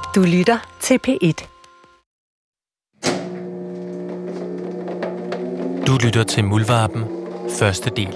Du lytter til P1. Du lytter til Muldvarpen, første del.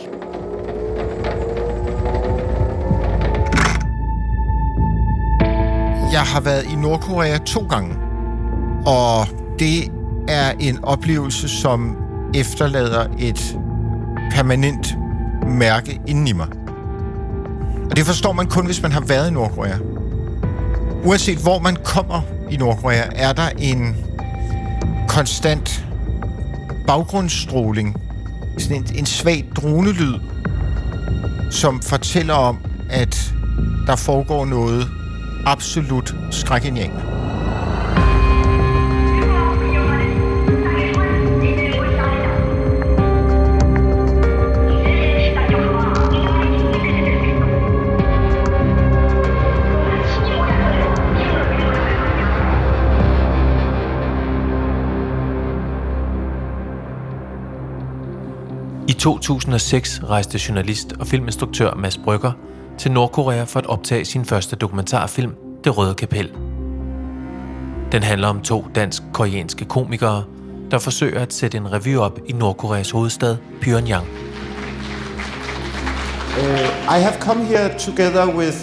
Jeg har været i Nordkorea 2 gange, og det er en oplevelse, som efterlader et permanent mærke inden i mig. Og det forstår man kun, hvis man har været i Nordkorea. Uanset hvor man kommer i Nordkorea, er der en konstant baggrundsstråling, sådan en svag dronelyd, som fortæller om, at der foregår noget absolut skrækindjagende. I 2006 rejste journalist og filminstruktør Mads Brügger til Nordkorea for at optage sin første dokumentarfilm, Det Røde Kapel. Den handler om 2 dansk-koreanske komikere, der forsøger at sætte en revy op i Nordkoreas hovedstad, Pyongyang. I have come here together with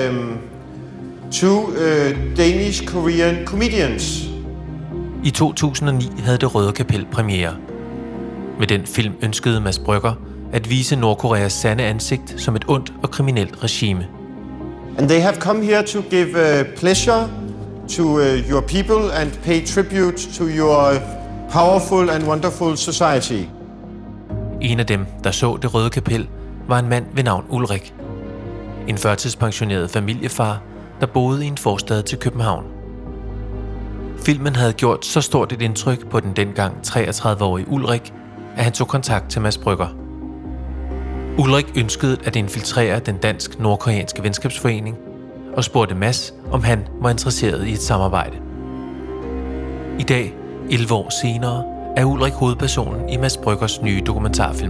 2 Danish-Korean comedians. I 2009 havde Det Røde Kapel premiere. Med den film ønskede Mads Brügger at vise Nordkoreas sande ansigt som et ondt og kriminelt regime. And they have come here to give pleasure to your people and pay tribute to your powerful and wonderful society. En af dem, der så Det Røde Kapel, var en mand ved navn Ulrik. En førtidspensioneret familiefar, der boede i en forstad til København. Filmen havde gjort så stort et indtryk på den dengang 33-årige Ulrik, at han tog kontakt til Mads Brügger. Ulrik ønskede at infiltrere den dansk-nordkoreanske venskabsforening og spurgte Mads, om han var interesseret i et samarbejde. I dag, 11 år senere, er Ulrik hovedpersonen i Mads Brüggers nye dokumentarfilm.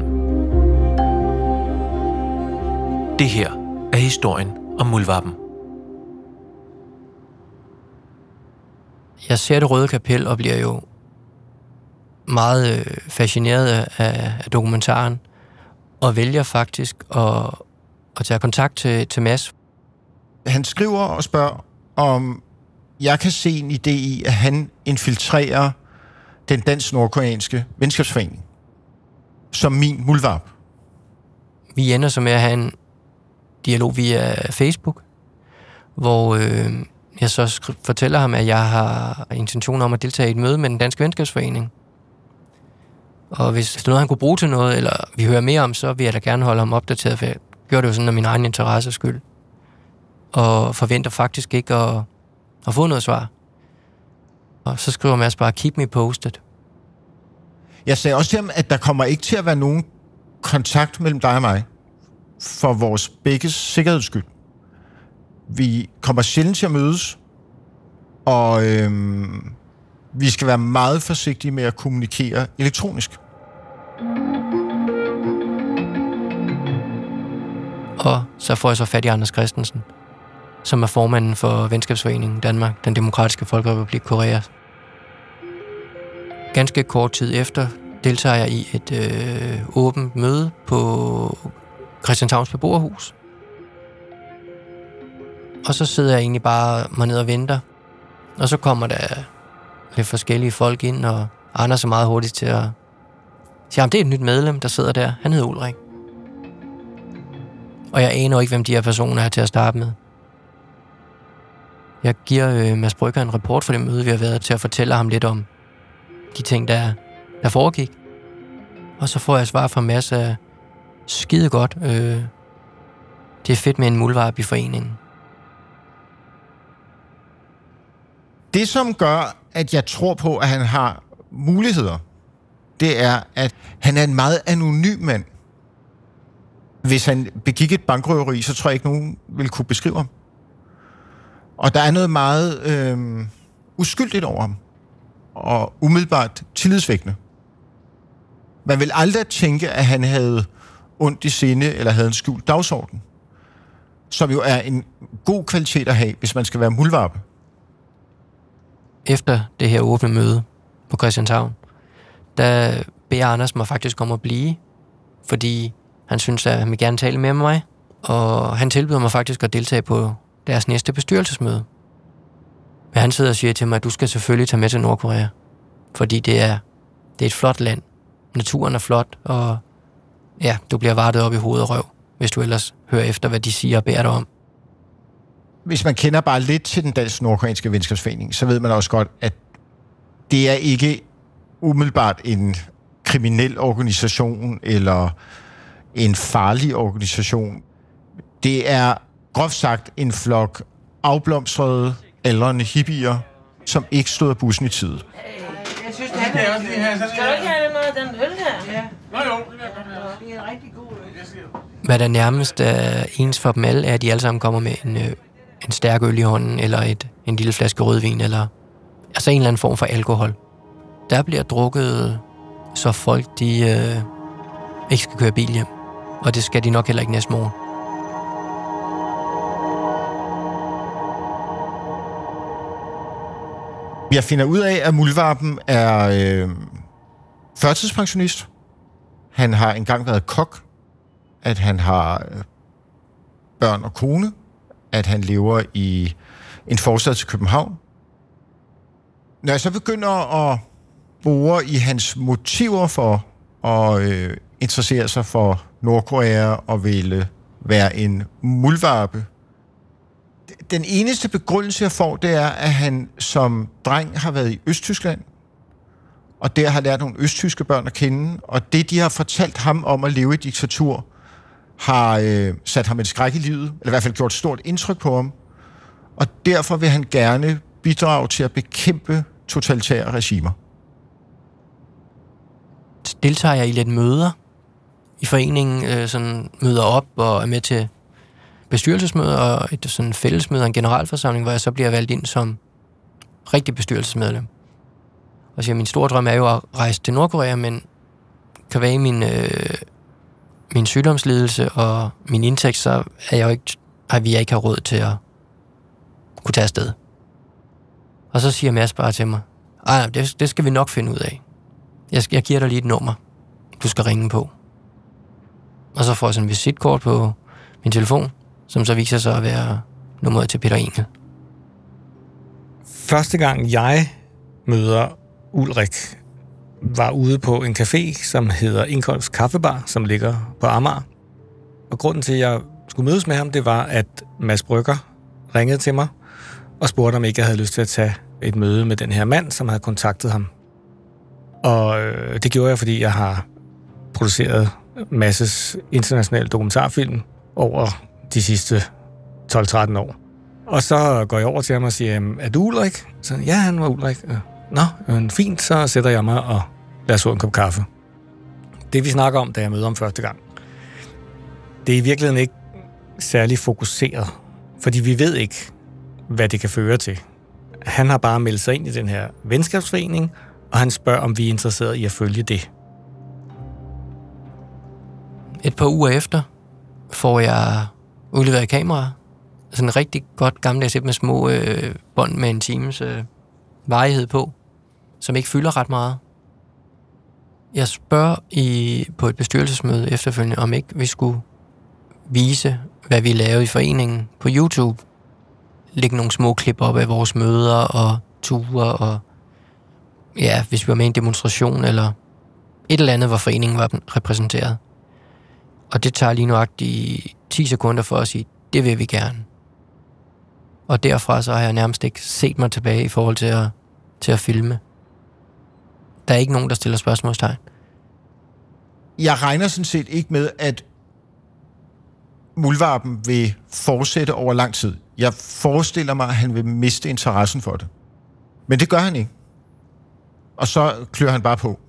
Det her er historien om Muldvarpen. Jeg ser Det Røde Kapel og bliver jo meget fascineret af dokumentaren, og vælger faktisk at tage kontakt til Mads. Han skriver og spørger, om jeg kan se en idé i, at han infiltrerer den dansk-nordkoreanske venskabsforening som min muldvarp. Vi ender så med at have en dialog via Facebook, hvor jeg så fortæller ham, at jeg har intention om at deltage i et møde med den danske venskabsforening. Og hvis det er noget, han kunne bruge til noget, eller vi hører mere om, så vil jeg da gerne holde ham opdateret, for jeg gør det jo sådan af min egen interesse skyld. Og forventer faktisk ikke at få noget svar. Og så skriver Mads bare, keep me posted. Jeg sagde også til ham, at der kommer ikke til at være nogen kontakt mellem dig og mig, for vores begges sikkerheds skyld. Vi kommer sjældent til at mødes, og vi skal være meget forsigtige med at kommunikere elektronisk. Og så får jeg så fat i Anders Christensen, som er formanden for Venskabsforeningen Danmark, den demokratiske folkerepublik Korea. Ganske kort tid efter deltager jeg i et åbent møde på Christianshavns beboerhus. Og så sidder jeg egentlig bare mig ned og venter. Og så kommer der lidt forskellige folk ind, og Anders er meget hurtigt til at sige, at det er et nyt medlem, der sidder der. Han hedder Ulrik. Og jeg aner ikke, hvem de her personer er til at starte med. Jeg giver Mads Brügger en rapport for det møde, vi har været til at fortælle ham lidt om de ting, der foregik. Og så får jeg svar fra Mads af skide godt. Det er fedt med en muldvarp i foreningen. Det, som gør, at jeg tror på, at han har muligheder, det er, at han er en meget anonym mand. Hvis han begik et bankrøveri, så tror jeg ikke, nogen vil kunne beskrive ham. Og der er noget meget uskyldigt over ham. Og umiddelbart tillidsvækkende. Man vil aldrig tænke, at han havde ondt i sinde, eller havde en skjult dagsorden. Som jo er en god kvalitet at have, hvis man skal være muldvarpe. efter det her åbne møde på Christianshavn, der beder Anders mig faktisk om at blive, fordi han synes, at han vil gerne tale med mig, og han tilbyder mig faktisk at deltage på deres næste bestyrelsesmøde. Men han sidder og siger til mig, at du skal selvfølgelig tage med til Nordkorea, fordi det er et flot land. Naturen er flot, og ja, du bliver vartet op i hoved og røv, hvis du ellers hører efter, hvad de siger og beder dig om. Hvis man kender bare lidt til den dansk-nordkoreanske venskabsforening, så ved man også godt, at det er ikke umiddelbart en kriminel organisation eller en farlig organisation. Det er groft sagt en flok afblomstrede, aldrende hippier, som ikke stod af bussen i tide. Jeg synes, det er også lige her. Skal du ikke have noget af den øl her? Ja. Nå jo, det vil jeg godt have. Det er en rigtig god øl. Hvad der nærmest er ens for dem alle, er, at de alle sammen kommer med en stærk øl i hånden, eller en lille flaske rødvin, eller altså en eller anden form for alkohol. Der bliver drukket, så folk de ikke skal køre bil hjem. Og det skal de nok heller ikke næste morgen. Jeg finder ud af, at Muldvarpen er førtidspensionist. Han har engang været kok. At han har børn og kone. At han lever i en forstad til København. Når jeg så begynder at bore i hans motiver for at interessere sig for Nordkorea og ville være en muldvarpe. Den eneste begrundelse, jeg får, det er, at han som dreng har været i Østtyskland, og der har lært nogle østtyske børn at kende, og det, de har fortalt ham om at leve i diktatur, har sat ham en skræk i livet, eller i hvert fald gjort et stort indtryk på ham, og derfor vil han gerne bidrage til at bekæmpe totalitære regimer. Deltager jeg i lidt møder i foreningen, sådan møder op og er med til bestyrelsesmøder og et sådan fællesmøde og en generalforsamling, hvor jeg så bliver valgt ind som rigtig bestyrelsesmedlem. Og så min store drøm er jo at rejse til Nordkorea, men kan være i min sygdomslidelse og min indtægt, så har vi ikke råd til at kunne tage afsted. Og så siger Mads bare til mig, det skal vi nok finde ud af. Jeg giver dig lige et nummer, du skal ringe på. Og så får jeg sådan et visitkort på min telefon, som så viser sig at være nummeret til Peter Engel. Første gang jeg møder Ulrik, var ude på en café, som hedder Ingolfs Kaffebar, som ligger på Amager. Og grunden til, at jeg skulle mødes med ham, det var, at Mads Brygger ringede til mig og spurgte, om ikke jeg havde lyst til at tage et møde med den her mand, som havde kontaktet ham. Og det gjorde jeg, fordi jeg har produceret masses international dokumentarfilm over de sidste 12-13 år. Og så går jeg over til ham og siger, er du Ulrik? Så ja, han var Ulrik. Nå, fint, så sætter jeg mig og lader få en kop kaffe. Det vi snakker om, da jeg møder ham første gang, det er i virkeligheden ikke særlig fokuseret, fordi vi ved ikke, hvad det kan føre til. Han har bare meldt sig ind i den her venskabsforening, og han spørger, om vi er interesseret i at følge det. Et par uger efter får jeg udleveret et kamera. Sådan en rigtig godt gammeldags sæt med små bånd med en times varighed på, som ikke fylder ret meget. Jeg spørger på et bestyrelsesmøde efterfølgende, om ikke vi skulle vise, hvad vi lavede i foreningen på YouTube. Lægge nogle små klip op af vores møder og ture, og ja, hvis vi var med i en demonstration, eller et eller andet, hvor foreningen var repræsenteret. Og det tager lige nøjagtigt 10 sekunder for at sige, det vil vi gerne. Og derfra så har jeg nærmest ikke set mig tilbage i forhold til at filme. Der er ikke nogen, der stiller spørgsmålstegn. Jeg regner sådan set ikke med, at Muldvarpen vil fortsætte over lang tid. Jeg forestiller mig, at han vil miste interessen for det. Men det gør han ikke. Og så klør han bare på.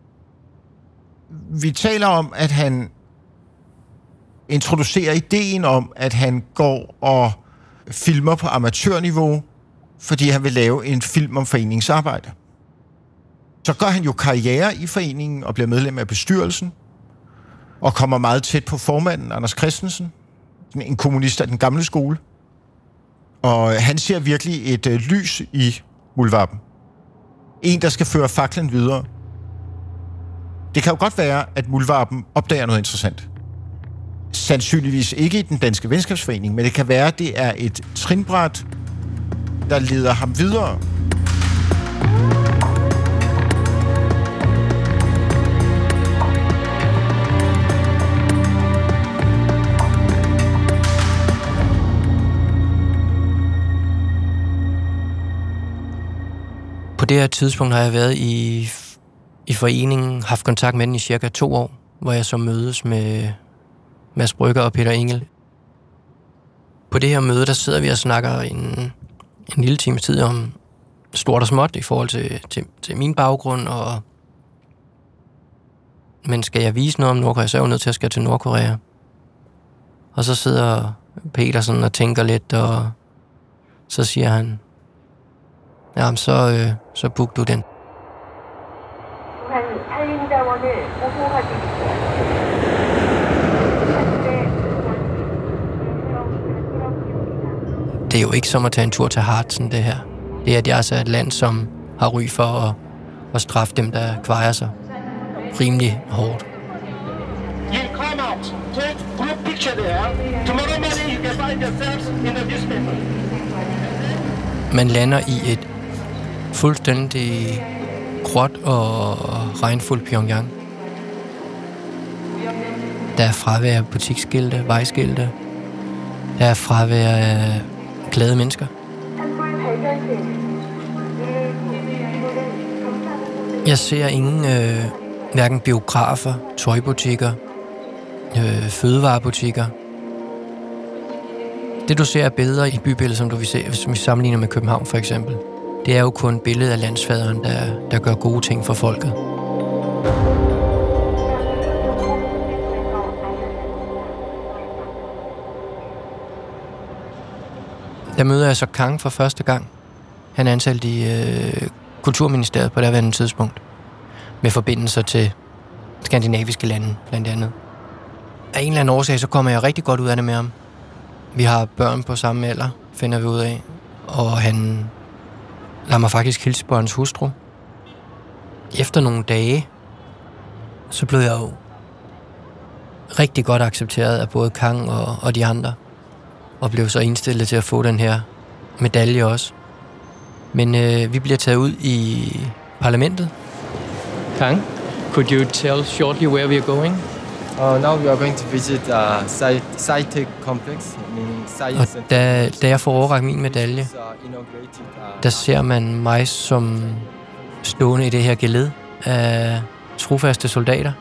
Vi taler om, at han introducerer ideen om, at han går og filmer på amatørniveau, fordi han vil lave en film om foreningsarbejde. Så gør han jo karriere i foreningen og bliver medlem af bestyrelsen, og kommer meget tæt på formanden, Anders Christensen, en kommunist af den gamle skole. Og han ser virkelig et lys i muldvarpen. En, der skal føre faklen videre. Det kan jo godt være, at muldvarpen opdager noget interessant. Sandsynligvis ikke i den danske venskabsforening, men det kan være, at det er et trinbræt, der leder ham videre. På det her tidspunkt har jeg været i foreningen, haft kontakt med den i cirka 2 år, hvor jeg så mødes med Mads Brügger og Peter Engel. På det her møde, der sidder vi og snakker en lille time tid om stort og småt i forhold til min baggrund. Men skal jeg vise noget om Nordkorea, så er jeg jo nødt til at skal til Nordkorea. Og så sidder Peter sådan og tænker lidt, og så siger han, jamen så book du den. Det er jo ikke som at tage en tur til Harzen, det her. Det er, at jeg altså er et land, som har ry for at straffe dem, der kvejer sig rimelig hårdt. Man lander i et fuldstændig gråt og regnfuldt Pyongyang. Der er fravær af butiksskilte, vejskilte. Der er fravær af glade mennesker. Jeg ser ingen hverken biografer, tøjbutikker, fødevarebutikker. Det du ser er billeder i bybilledet, som du vil se, hvis vi sammenligner med København for eksempel. Det er jo kun billedet af landsfaderen, der gør gode ting for folket. Der møder jeg så Kang for første gang. Han er ansat i Kulturministeriet på daværende tidspunkt, med forbindelser til skandinaviske lande, blandt andet. Af en eller anden årsag, så kommer jeg rigtig godt ud af det med ham. Vi har børn på samme alder, finder vi ud af. Og han lader mig faktisk hilse på hans hustru. Efter nogle dage, så blev jeg jo rigtig godt accepteret af både Kang og de andre. Og blev så indstillet til at få den her medalje også. Men vi bliver taget ud i parlamentet. Kang, could you tell shortly where we are going? Now we are going to visit SciTech complex, meaning science. Og da jeg får overrakt min medalje, der ser man mig som stående i det her geled af trofaste soldater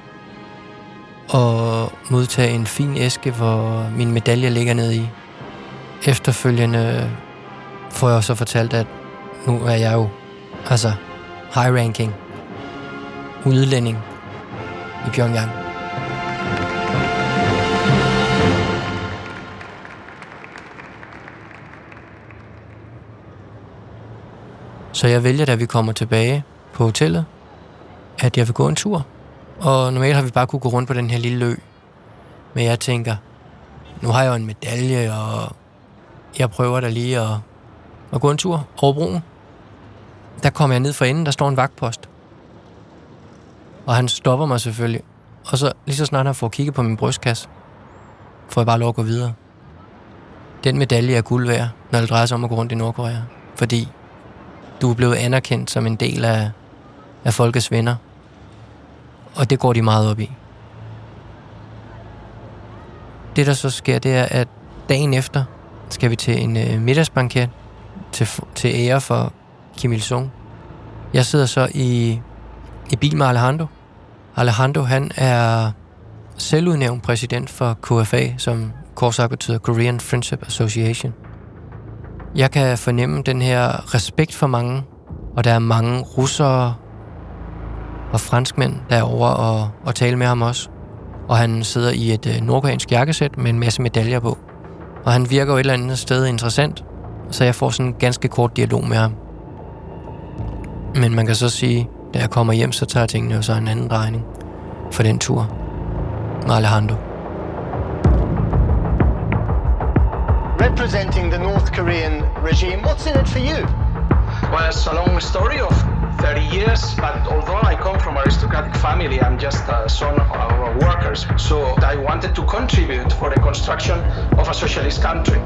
og modtage en fin æske, hvor min medalje ligger nede i. Efterfølgende får jeg så fortalt, at nu er jeg jo high ranking udlænding i Pyongyang. Så jeg vælger, da vi kommer tilbage på hotellet, at jeg vil gå en tur. Og normalt har vi bare kunne gå rundt på den her lille ø. Men jeg tænker, nu har jeg jo en medalje, og jeg prøver da lige at gå en tur over broen. Der kommer jeg ned for enden, der står en vagtpost. Og han stopper mig selvfølgelig. Og så lige så snart han får kigget på min brystkasse, får jeg bare lov at gå videre. Den medalje er guld værd, når det drejer sig om at gå rundt i Nordkorea. Fordi du er blevet anerkendt som en del af folkets venner. Og det går de meget op i. Det, der så sker, det er, at dagen efter skal vi til en middagsbanket til ære for Kim Il-sung. Jeg sidder så i bil med Alejandro. Alejandro, han er selvudnævnt præsident for KFA, som kort sagt betyder Korean Friendship Association. Jeg kan fornemme den her respekt for mange, og der er mange russere og franskmænd derovre og tale med ham også. Og han sidder i et nordkoreansk jakkesæt med en masse medaljer på. Og han virker jo et eller andet sted interessant, så jeg får sådan en ganske kort dialog med ham. Men man kan så sige, da jeg kommer hjem, så tager tingene jo så en anden drejning for den tur med Alejandro. Representing the North Korean regime, what's in it for you? was a long story of 30 years, but although I come from an aristocratic family, I'm just a son of workers. So I wanted to contribute for the construction of a socialist country.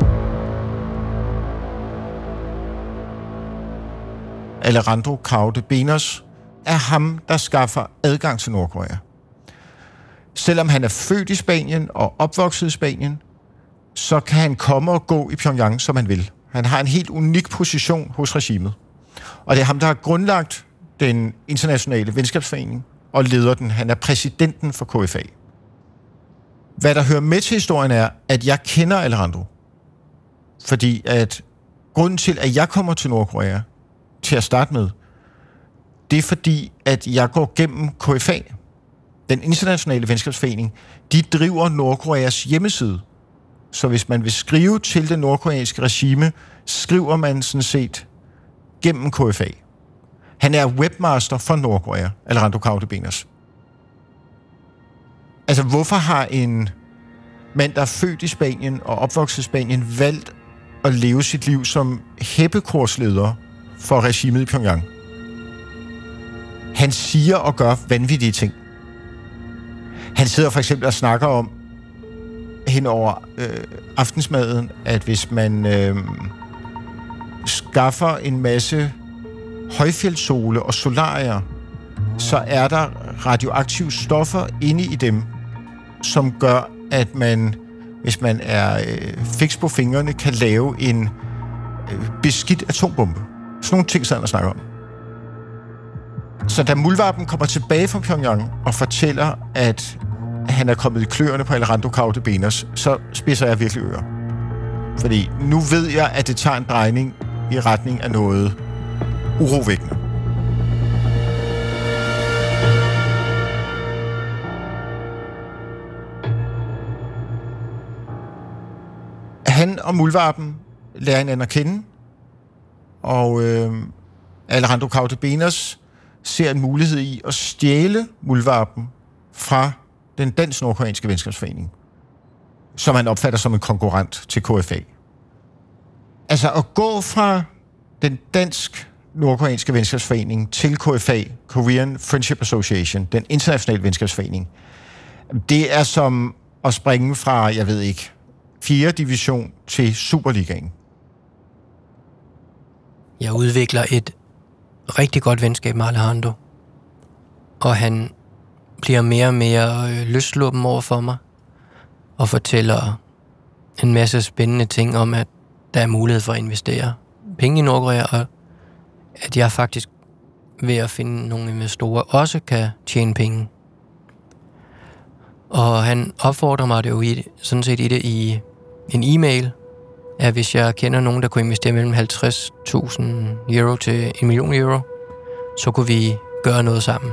Alejandro Caudebenos er ham, der skaffer adgang til Nordkorea. Selvom han er født i Spanien og opvokset i Spanien, så kan han komme og gå i Pyongyang, som han vil. Han har en helt unik position hos regimet. Og det er ham, der har grundlagt den internationale venskabsforening og leder den. Han er præsidenten for KFA. Hvad der hører med til historien er, at jeg kender Alejandro. Fordi at grunden til, at jeg kommer til Nordkorea til at starte med, det er fordi, at jeg går gennem KFA, den internationale venskabsforening. De driver Nordkoreas hjemmeside. Så hvis man vil skrive til det nordkoreanske regime, skriver man sådan set gennem KFA. Han er webmaster for Nordkorea, Alejandro Caudebenos. Altså, hvorfor har en mand, der er født i Spanien og opvokset i Spanien, valgt at leve sit liv som heppekursleder for regimet i Pyongyang? Han siger og gør vanvittige ting. Han sidder for eksempel og snakker om hen over aftensmaden, at hvis man skaffer en masse højfjeldssole og solarier, så er der radioaktive stoffer inde i dem, som gør, at man, hvis man er fiks på fingrene, kan lave en beskidt atombombe. Sådan nogle ting, sidder han og snakker om. Så da Muldvarpen kommer tilbage fra Pyongyang og fortæller, at han er kommet i kløerne på Alejandro Caudebenos, så spidser jeg virkelig ører. Fordi nu ved jeg, at det tager en drejning i retning af noget urovækkende. Han og Muldvarpen lærer hinanden at kende, og Alejandro Caudebenos ser en mulighed i at stjæle Muldvarpen fra den dansk-nordkoreanske venskabsforening, som han opfatter som en konkurrent til KFA. Altså at gå fra den dansk-nordkoreanske venskabsforening til KFA, Korean Friendship Association, den internationale venskabsforening, det er som at springe fra, jeg ved ikke, 4. division til Superligaen. Jeg udvikler et rigtig godt venskab med Alejandro, og han bliver mere og mere løsluppen over for mig, og fortæller en masse spændende ting om, at der er mulighed for at investere penge i Nordkorea, og at jeg faktisk ved at finde nogle investorer også kan tjene penge. Og han opfordrer mig det jo sådan set i det i en e-mail, at hvis jeg kender nogen, der kunne investere mellem 50.000 euro til 1 million euro, så kunne vi gøre noget sammen.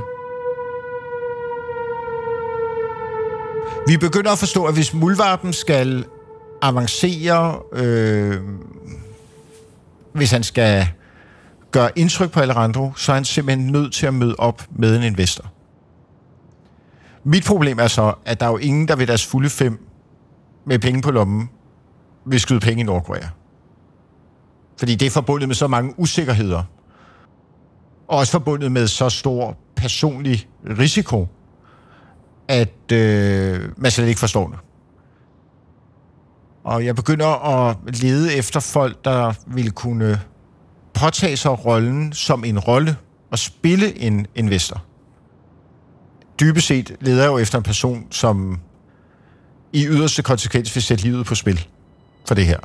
Vi begynder at forstå, at hvis Muldvarpen skal avancere, hvis han skal gøre indtryk på Alejandro, så er han simpelthen nødt til at møde op med en investor. Mit problem er så, at der er jo ingen, der ved deres fulde 5 med penge på lommen vil skyde penge i Nordkorea. Fordi det er forbundet med så mange usikkerheder. Og også forbundet med så stor personlig risiko, at man slet ikke forstår det. Og jeg begynder at lede efter folk, der vil kunne påtage sig rollen som en rolle og spille en investor. Dybest set leder jeg jo efter en person, som i yderste konsekvens vil sætte livet på spil for det her.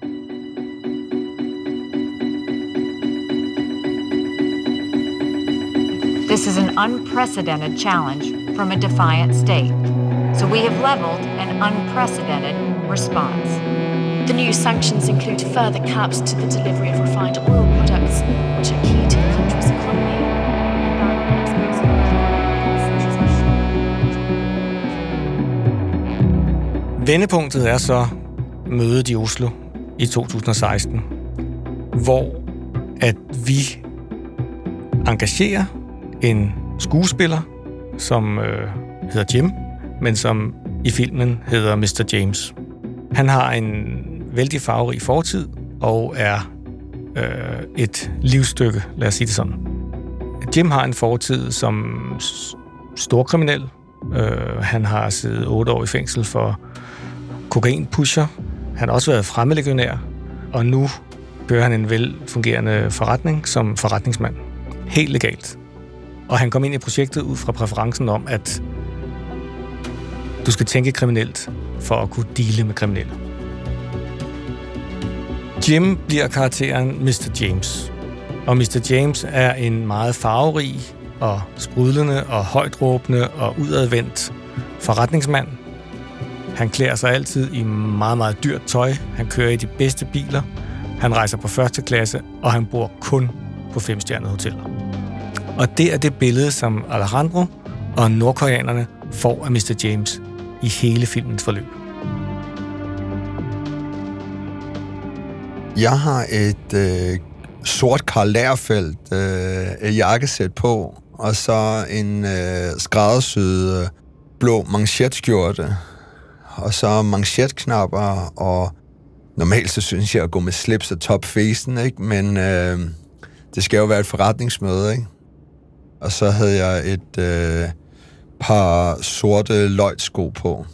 This is an unprecedented challenge from a defiant state, so we have leveled an unprecedented response. The new sanctions include further caps to the delivery of refined oil products, which are key to the country's economy. Vendepunktet er så mødet i Oslo i 2016, hvor at vi engagerer en skuespiller, som hedder Jim, men som i filmen hedder Mr. James. Han har en vældig farverig fortid og er et livsstykke, lad os sige det sådan. Jim har en fortid som storkriminel. Han har siddet 8 år i fængsel for kokainpusher. Han har også været fremmedlegionær, og nu kører han en velfungerende forretning som forretningsmand. Helt legalt. Og han kom ind i projektet ud fra præferencen om, at du skal tænke kriminelt for at kunne deale med kriminelle. Jim bliver karakteren Mr. James. Og Mr. James er en meget farverig og sprudlende og højtråbende og udadvendt forretningsmand. Han klæder sig altid i meget, meget dyrt tøj. Han kører i de bedste biler. Han rejser på første klasse, og han bor kun på 5-stjernede hoteller. Og det er det billede, som Alejandro og nordkoreanerne får af Mr. James i hele filmens forløb. Jeg har et sort Karl Lagerfeld jakkesæt på, og så en skræddersyet blå manchetskjorte, og så manchetknapper, og normalt så synes jeg at gå med slips og topfacen, ikke? Men det skal jo være et forretningsmøde, ikke? Og så havde jeg et par sorte løjtsko på.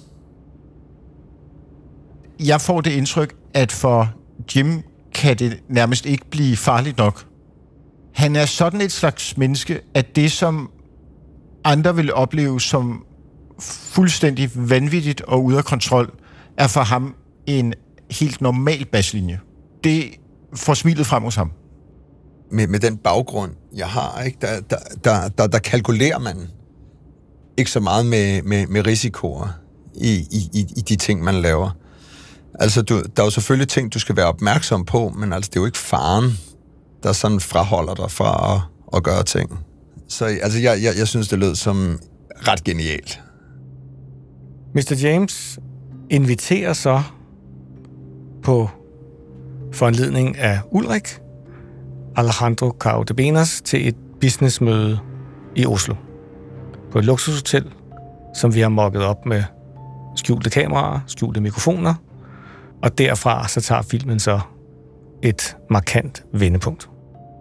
Jeg får det indtryk, at for Jim kan det nærmest ikke blive farligt nok. Han er sådan et slags menneske, at det, som andre vil opleve som fuldstændig vanvittigt og ude af kontrol, er for ham en helt normal baslinje. Det får smilet frem hos ham. Med den baggrund, jeg har, ikke, der kalkulerer man ikke så meget med risikoer i de ting, man laver. Altså, der er jo selvfølgelig ting, du skal være opmærksom på, men altså, det er jo ikke faren, der sådan fraholder dig fra at gøre ting. Så altså, jeg synes, det lød som ret genialt. Mr. James inviterer så på foranledning af Ulrik Alejandro Cardenas til et businessmøde i Oslo. På et luksushotel, som vi har mokket op med skjulte kameraer, skjulte mikrofoner, og derfra så tager filmen så et markant vendepunkt.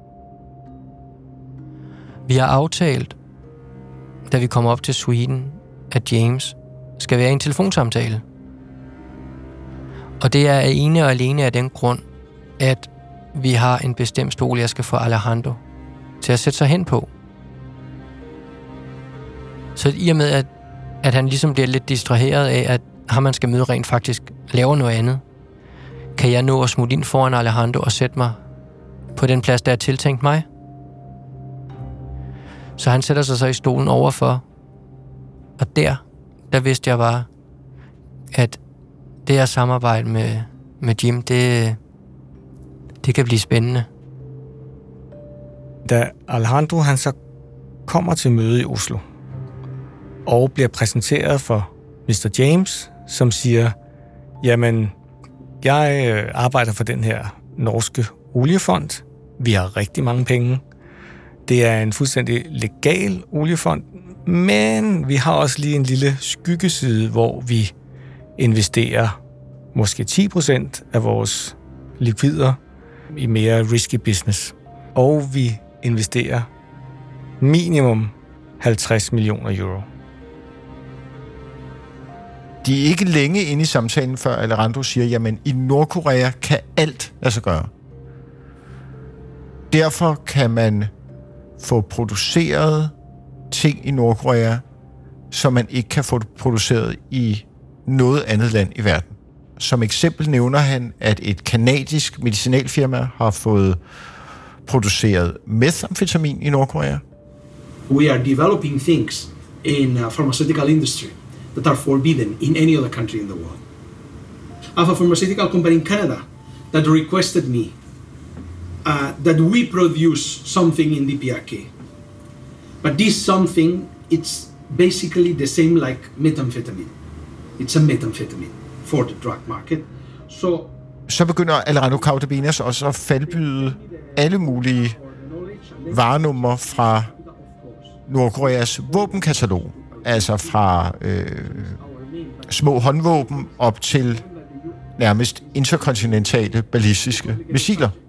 Vi har aftalt, da vi kommer op til suiten, at James skal være i en telefonsamtale. Og det er ene og alene af den grund, at vi har en bestemt stol, jeg skal få Alejandro til at sætte sig hen på. Så i og med, at han ligesom bliver lidt distraheret af, at ham man skal møde rent faktisk laver noget andet, kan jeg nå at smutte ind foran Alejandro og sætte mig på den plads, der er tiltænkt mig. Så han sætter sig så i stolen overfor, og der vidste jeg bare, at det her samarbejde med Jim, det kan blive spændende. Da Alejandro han så kommer til møde i Oslo og bliver præsenteret for Mr. James, som siger, jamen, jeg arbejder for den her norske oliefond. Vi har rigtig mange penge. Det er en fuldstændig legal oliefond, men vi har også lige en lille skyggeside, hvor vi investerer måske 10% af vores likvider i mere risky business. Og vi investerer minimum 50 millioner euro. De er ikke længe inde i samtalen, før Alejandro siger, jamen i Nordkorea kan alt lade sig gøre. Derfor kan man få produceret ting i Nordkorea, som man ikke kan få produceret i noget andet land i verden. Som eksempel nævner han, at et kanadisk medicinalfirma har fået produceret methamfetamin i Nordkorea. We are developing things in pharmaceutical industry that are forbidden in any other country in the world. I have a pharmaceutical company in Canada that requested me that we produce something in DPRK. But this something, it's basically the same like methamphetamine. It's a methamphetamine for the drug market. Så begynder Alejandro Cardenas også at faldbyde alle mulige varenumre fra Nordkoreas våbenkatalog. Altså fra små håndvåben op til nærmest interkontinentale ballistiske missiler.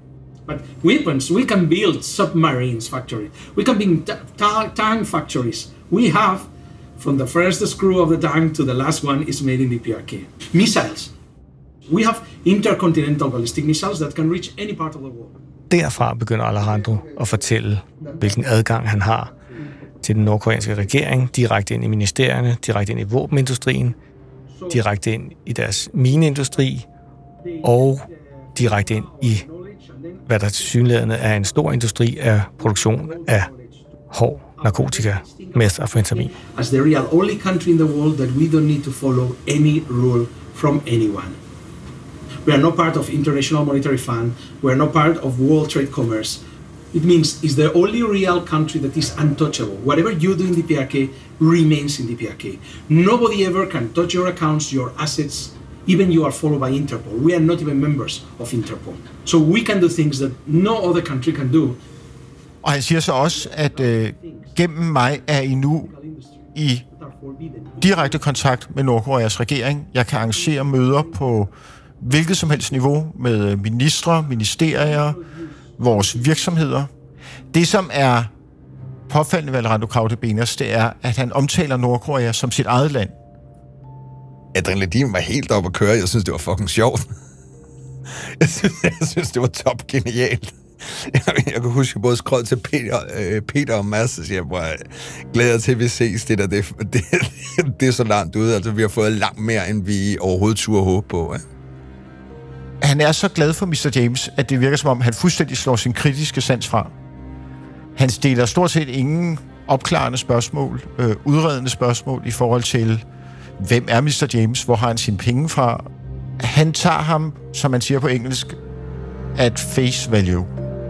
But weapons, we can build submarines factory. We can build tank factories. We have, from the first screw of the tank to the last one, is made in DPRK. Missiles. We have intercontinental ballistic missiles that can reach any part of the world. Derfra begynder Alejandro at fortælle, hvilken adgang han har til den nordkoreanske regering, direkte ind i ministerierne, direkte ind i våbenindustrien, direkte ind i deres mineindustri og direkte ind i, hvad der tilsyneladende er en stor industri af produktion af hård narkotika, meth og fentanyl. As the real only country in the world that we don't need to follow any rule from anyone. We are not part of International Monetary Fund. We are not part of World Trade Commerce. It means it's the only real country that is untouchable. Whatever you do in the DPRK remains in the DPRK. Nobody ever can touch your accounts, your assets, even you are followed by Interpol. We are not even members of Interpol. So we can do things that no other country can do. Og han siger så også, at gennem mig er I nu i direkte kontakt med Nordkoreas regering. Jeg kan arrangere møder på hvilket som helst niveau med ministre, ministerier, vores virksomheder. Det, som er påfaldende ved Alejandro Cautebenas, det er, at han omtaler Nordkorea som sit eget land. Adrenalin var helt op at køre. Jeg synes, det var fucking sjovt. Jeg synes det var top genialt. Jeg kan huske, jeg både skrev til Peter og Mads, og siger, jeg glæder til, at vi ses. Det er så langt ude. Altså, vi har fået langt mere, end vi overhovedet turde håbe på. Han er så glad for Mr. James, at det virker som om, han fuldstændig slår sin kritiske sans fra. Han stiller stort set ingen opklarende spørgsmål, udredende spørgsmål i forhold til, hvem er Mr. James, hvor har han sine penge fra. Han tager ham, som man siger på engelsk, at face value.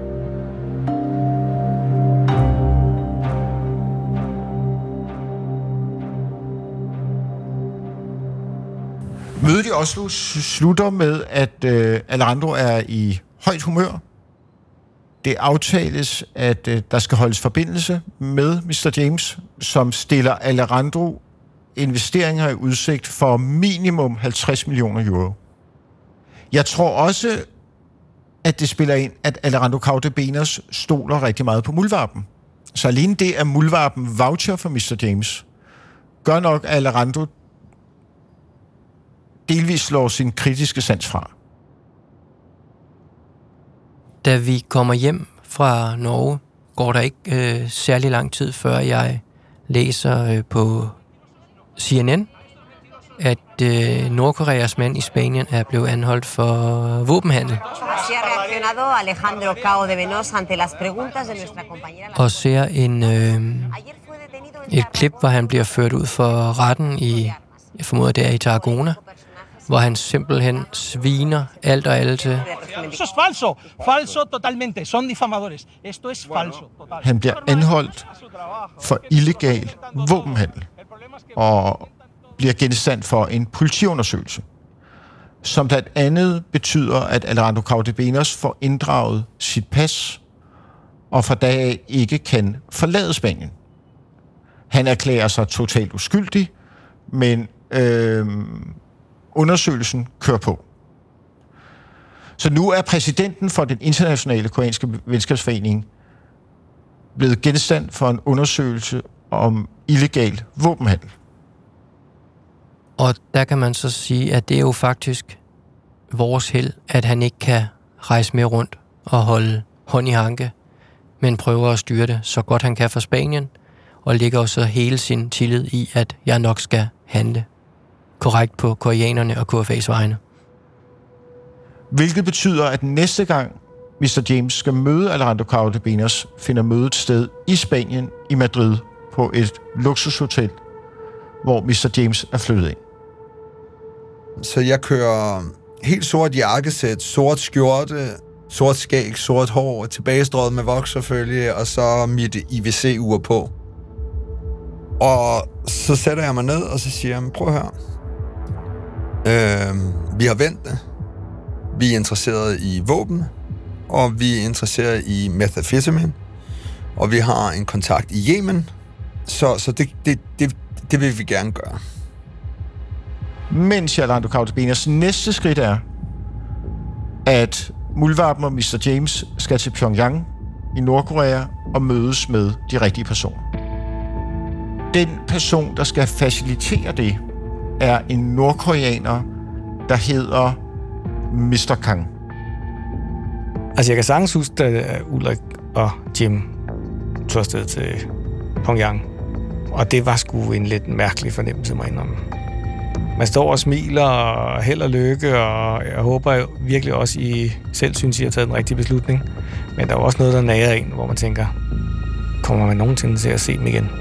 Mødet i Oslo slutter med, at Alejandro er i højt humør. Det aftales, at der skal holdes forbindelse med Mr. James, som stiller Alejandro investeringer i udsigt for minimum 50 millioner euro. Jeg tror også, at det spiller ind, at Alejandro Cautebenas stoler rigtig meget på muldvarpen. Så alene det, at muldvarpen voucher for Mr. James, gør nok, at Alejandro delvis slår sin kritiske sans fra. Da vi kommer hjem fra Norge, går der ikke særlig lang tid, før jeg læser på CNN, at Nordkoreas mand i Spanien er blevet anholdt for våbenhandel. Og ser et klip, hvor han bliver ført ud for retten i, jeg formoder det er i Tarragona, hvor han simpelthen sviner alt og alle til. Eso es falso. Falso totalmente. Son difamadores. Esto es falso. Han bliver anholdt for illegal våbenhandel og bliver genstand for en politiundersøgelse, som blandt andet betyder, at Alejandro Cautebenas får inddraget sit pas og fra dag af ikke kan forlade Spanien. Han erklærer sig totalt uskyldig, men undersøgelsen kører på. Så nu er præsidenten for den internationale koreanske venskabsforening blevet genstand for en undersøgelse om illegal våbenhandel. Og der kan man så sige, at det er jo faktisk vores held, at han ikke kan rejse med rundt og holde hånd i hanke, men prøver at styre det så godt han kan for Spanien, og lægger også hele sin tillid i, at jeg nok skal handle korrekt på koreanerne og KFA's vegne. Hvilket betyder, at næste gang Mr. James skal møde Alejandro Cautebenas, finder mødet sted i Spanien, i Madrid, på et luksushotel, hvor Mr. James er flyttet ind. Så jeg kører helt sort jakkesæt, sort skjorte, sort skæg, sort hår, tilbagestrøget med voks selvfølgelig, og så mit IWC-ur på. Og så sætter jeg mig ned, og så siger jeg, prøv at høre. Vi har vendt det. Vi er interesseret i våben, og vi er interesseret i methamphetamine, og vi har en kontakt i Yemen, så det vil vi gerne gøre. Mens Alejandro Cautebenas næste skridt er, at Muldvarpen og Mr. James skal til Pyongyang i Nordkorea og mødes med de rigtige personer. Den person, der skal facilitere det, er en nordkoreaner, der hedder Mr. Kang. Altså, jeg kan sagtens huske, at Ulrik og Jim tog afsted til Pyongyang. Og det var sgu en lidt mærkelig fornemmelse, må jeg indrømme. Man står og smiler og held og lykke, og jeg håber virkelig også, I selv synes, I har taget den rigtige beslutning. Men der er også noget, der nager en, hvor man tænker, kommer man nogensinde til at se dem igen?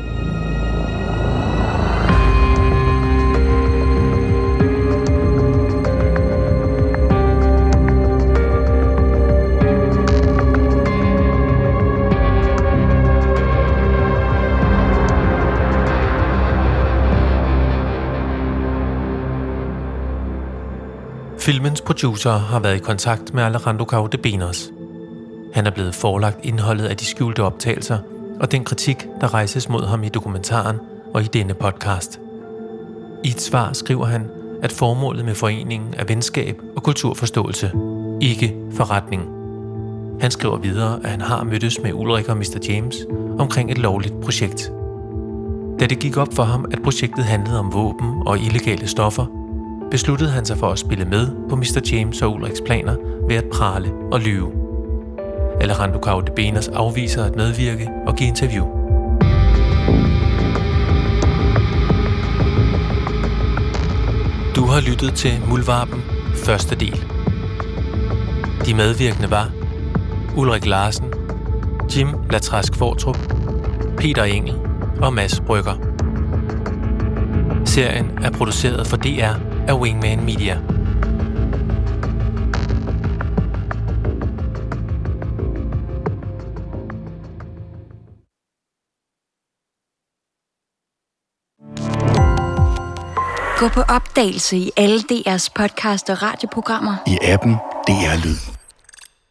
Filmens producer har været i kontakt med Alejandro Cardebenos. Han er blevet forelagt indholdet af de skjulte optagelser og den kritik, der rejses mod ham i dokumentaren og i denne podcast. I et svar skriver han, at formålet med foreningen er venskab og kulturforståelse, ikke forretning. Han skriver videre, at han har mødtes med Ulrik og Mr. James omkring et lovligt projekt. Da det gik op for ham, at projektet handlede om våben og illegale stoffer, besluttede han sig for at spille med på Mr. James og Ulriks planer ved at prale og lyve. Alejandro Cardebenos afviser at medvirke og give interview. Du har lyttet til Muldvarpen, første del. De medvirkende var Ulrik Larsen, Jim Latrask Fortrup, Peter Engel og Mads Brygger. Serien er produceret for DR af Wingman Media. Gå på opdagelse i alle DR's podcast og radioprogrammer. I appen DR Lyd.